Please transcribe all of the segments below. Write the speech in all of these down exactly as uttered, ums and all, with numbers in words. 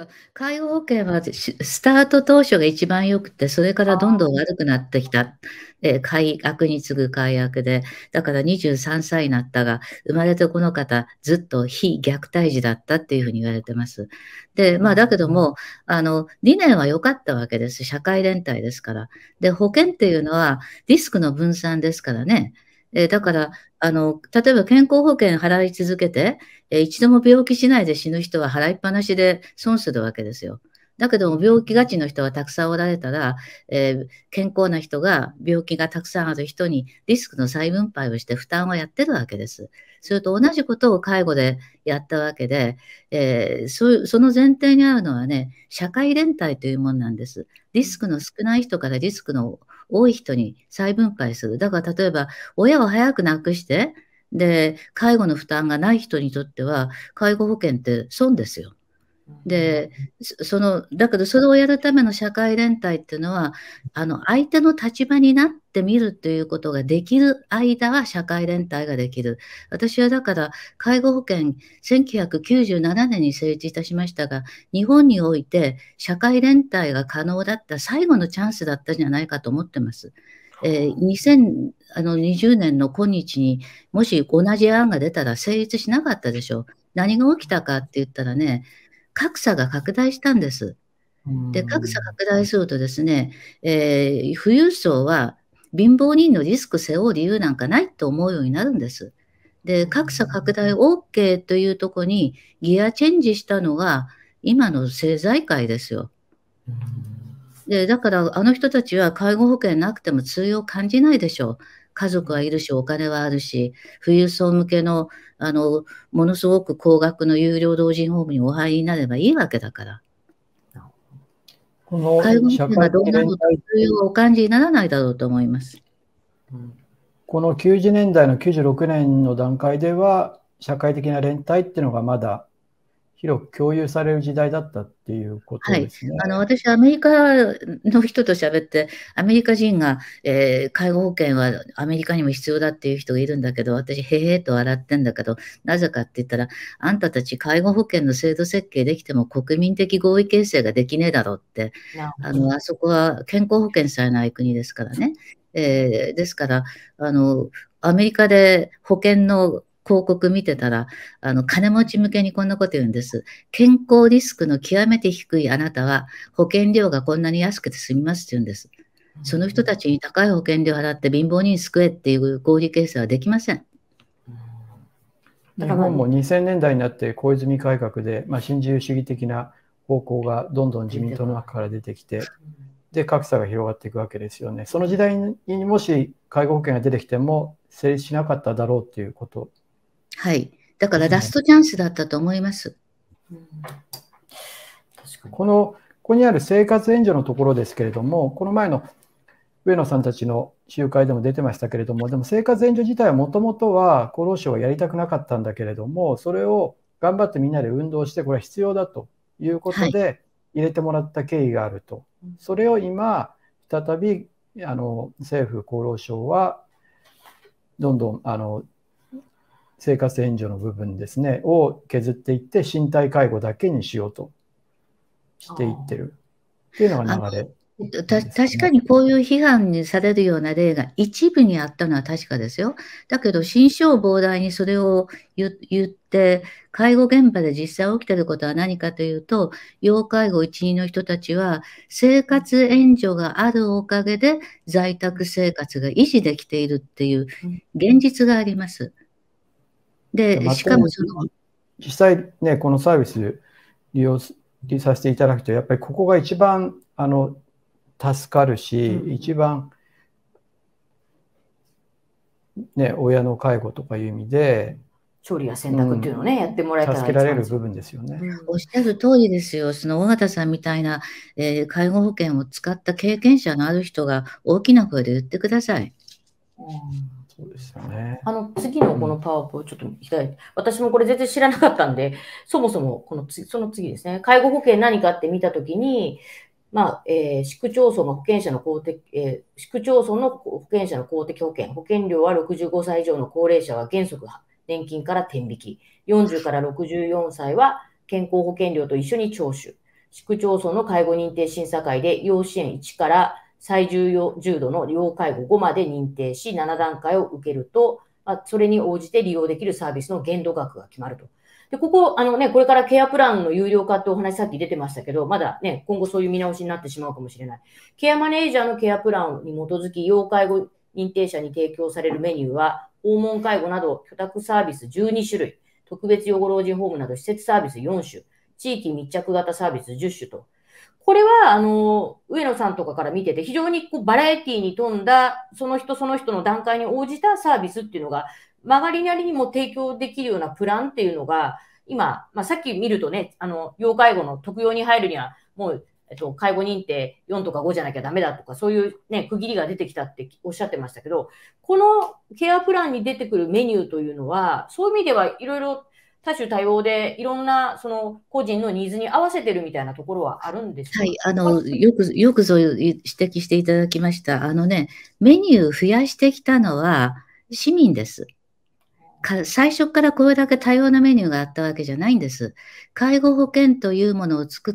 介護保険は、しスタート当初が一番良くて、それからどんあどん悪くなってきた。え、改悪に次ぐ改悪で、だからにじゅうさんさいになったが、生まれてこの方、ずっと非虐待児だったっていう風に言われてます。で、まあ、だけども、あの、理念は良かったわけです。社会連帯ですから。で、保険っていうのはリスクの分散ですからね。え、だから、あの、例えば健康保険払い続けて、え、一度も病気しないで死ぬ人は払いっぱなしで損するわけですよ。だけども病気がちの人がたくさんおられたら、え、健康な人が病気がたくさんある人にリスクの再分配をして負担をやってるわけです。それと同じことを介護でやったわけで、え、そういうその前提にあるのはね、社会連帯というもんなんです。リスクの少ない人からリスクの多い人に再分配する。だから例えば、親を早く亡くして、で、介護の負担がない人にとっては、介護保険って損ですよ。で、そその、だけどそれをやるための社会連帯っていうのは、あの、相手の立場になってみるっていうことができる間は社会連帯ができる。私はだから介護保険、せんきゅうひゃくきゅうじゅうななねんに成立いたしましたが、日本において社会連帯が可能だった最後のチャンスだったんじゃないかと思ってます。ええ、にせんあの、にじゅうねんの今日に、もし同じ案が出たら成立しなかったでしょう。何が起きたかって言ったらね、格差が拡大したんです。 うで、格差ん。 拡大するとですね、ええ、富裕層は貧乏人のリスク背負う理由なんかないと思うようになるんです。で、格差拡大オッケーというとこにギアチェンジしたのが、今の政財界ですよ。 うん。 で、だからあの人たちは介護保険なくても痛を感じないでしょう。家族はいるし、お金はあるし、富裕層向けの、あの、ものすごく高額の有料老人ホームにお入りになればいいわけだから。 この介護保険社会がどうなろうと的連帯痛をお感じにならないだろうと思います。 うん、このきゅうじゅうねんだいのきゅうじゅうろくねんの段階では、社会的な連帯っていうのがまだ広く共有される時代だったっていうこはい。 とですね。 あの、私アメリカの人と喋って、アメリカ人が、ええ、介護保険はアメリカにも必要だっていう人がいるんだけど、私へへと笑ってんだけど、なぜかって言ったら、あんたたち介護保険の制度設計できても国民的合意形成ができねえだろって。 なるほど。 あの、あそこは健康保険さえない国ですからね。ええ、ですから、あの、アメリカで保険の広告見てたら、あの、金持ち向けにこんなこと言うんです。健康リスクの極めて低いあなたは、保険料がこんなに安くて済みますって言うんです。その人たちに高い保険料払って貧乏人救えっていう合理形成はできません。 日本もにせんねんだいになって小泉改革で、まあ、新自由主義的な方向がどんどん自民党の中から出てきて、で、格差が広がっていくわけですよね。その時代にもし介護保険が出てきても成立しなかっただろうっていうこと。 はい。だからラストチャンスだったと思います。 うん、確かにこの、ここにある生活援助のところですけれども、この前の上野さんたちの集会でも出てましたけれども、でも生活援助自体はもともとは厚労省はやりたくなかったんだけれども、それを頑張ってみんなで運動して、これは必要だということで入れてもらった経緯があると。はい、それを今、再びあの政府、厚労省はどんどんあの生活援助の部分ですね、を削っていって、身体介護だけにしようとしていってるっていうのが流れ。 た確かにこういう批判にされるような例が一部にあったのは確かですよ。だけど、心象膨大にそれを言言って、介護現場で実際起きていることは何かというと、要介護一員の人たちは、生活援助があるおかげで在宅生活が維持できているっていう現実があります。で、しかもその実際ね、このサービス利用させていただくと、やっぱりここが一番あの助かるし、うん、一番、ね、親の介護とかいう意味で調理や洗濯っていうのをね、うん、やってもらえたら助けられる部分ですよね。 うん、おっしゃる通りですよ。その尾形さんみたいな、えー、介護保険を使った経験者のある人が大きな声で言ってください。 うん、そうですよね。 あの次のこのパワーポをちょっと開いて、私もこれ全然知らなかったんで、そもそもこのつその次ですね、介護保険何かって見たときに、まあえー、市区町村の保険者の公的、えー、市区町村の保険者の公的保険、保険料はろくじゅうごさい以上の高齢者は原則年金から天引き、よんじゅうからろくじゅうよんさいは健康保険料と一緒に徴収、 市区町村の介護認定審査会で要支援いちから最重度の要介護ごまで認定し、なな段階を受けると、まあ、それに応じて利用できるサービスの限度額が決まると。で、ここ、あのね、これからケアプランの有料化ってお話さっき出てましたけど、まだね、今後そういう見直しになってしまうかもしれない。ケアマネージャーのケアプランに基づき、要介護認定者に提供されるメニューは、訪問介護など居宅サービスじゅうに種類、特別養護老人ホームなど施設サービスよん種、地域密着型サービスじゅっ種と。これは、あの、上野さんとかから見てて、非常にこうバラエティに富んだ、その人その人の段階に応じたサービスっていうのが、曲がりなりにも提供できるようなプランっていうのが、今、まあ、さっき見るとね、あの、要介護の特養に入るには、もう、えっと、介護認定よんとかごじゃなきゃダメだとか、そういうね、区切りが出てきたっておっしゃってましたけど、このケアプランに出てくるメニューというのは、そういう意味ではいろいろ多種多様で、いろんなその個人のニーズに合わせてるみたいなところはあるんですか？ はい、あの、よく、よくそういう指摘していただきました。あのね、メニュー増やしてきたのは市民です。か最初からこれだけ多様なメニューがあったわけじゃないんです。介護保険というものを作って、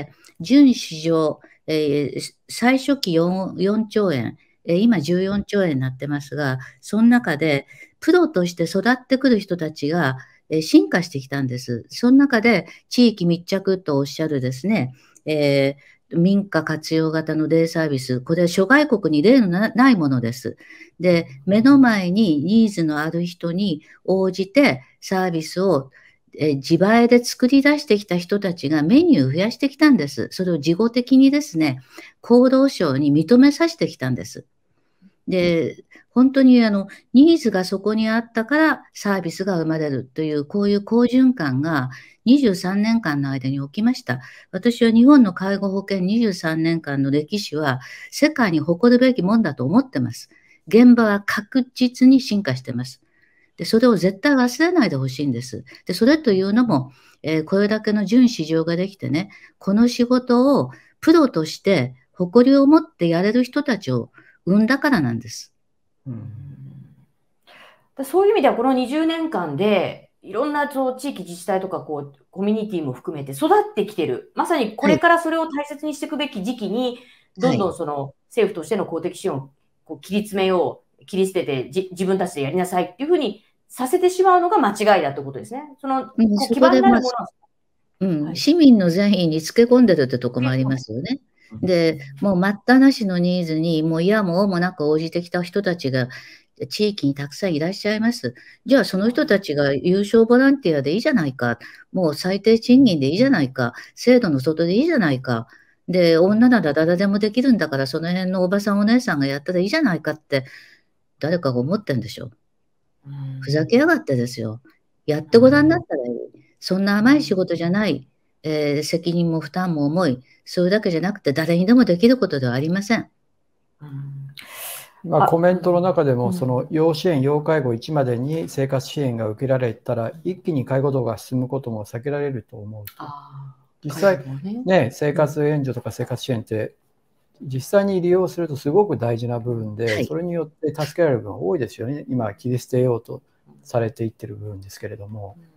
準市場、えー最初期 4, よんちょうえん、えー今じゅうよんちょうえんになってますが、その中でプロとして育ってくる人たちが、えー進化してきたんです。その中で地域密着とおっしゃるですね、えー民家活用型のデイサービス、これは諸外国に例のなないものです。で、目の前にニーズのある人に応じてサービスをえー自前で作り出してきた人たちがメニューを増やしてきたんです。それを事後的にですね、厚労省に認めさせてきたんです。で、本当にあの、ニーズがそこにあったからサービスが生まれるという、こういう好循環がにじゅうさんねんかんの間に起きました。私は日本の介護保険にじゅうさんねんかんの歴史は世界に誇るべきもんだと思ってます。現場は確実に進化してます。で、それを絶対忘れないでほしいんです。で、それというのも、えーこれだけの準市場ができてね、この仕事をプロとして誇りを持ってやれる人たちを生んだからなんです。 うんそういう意味では、このにじゅうねんかんで、いろんなそう地域自治体とかこうコミュニティも含めて育ってきてる。まさにこれからそれを大切にしていくべき時期に、どんどんその政府としての公的支援をこう切り詰めよう、切り捨ててじ自分たちでやりなさいっていうふうにさせてしまうのが間違いだということですね。その、 うん、 こうそこで、まあ、 基盤になるものは、 うん、 はい。 市民の善意につけ込んでるってとこもありますよね。で、もう待ったなしのニーズに、もう嫌も応もなく応じてきた人たちが地域にたくさんいらっしゃいます。じゃあその人たちが有償ボランティアでいいじゃないか。もう最低賃金でいいじゃないか。制度の外でいいじゃないか。で、女なら誰でもできるんだから、その辺のおばさんお姉さんがやったらいいじゃないかって、誰かが思ってんでしょ。 うんふざけやがってですよ。やってごらんだったらいい。そんな甘い仕事じゃない。えー責任も負担も重い。それだけじゃなくて誰にでもできることではありません。 うんまあ、コメントの中でも、 うんその要支援、要介護いちまでに生活支援が受けられたら、一気に介護度が進むことも避けられると思うと。 あー実際介護ねね、生活援助とか生活支援って、実際に利用するとすごく大事な部分で、 はいそれによって助けられる部分が多いですよね。今、切り捨てようとされていってる部分ですけれども。 うん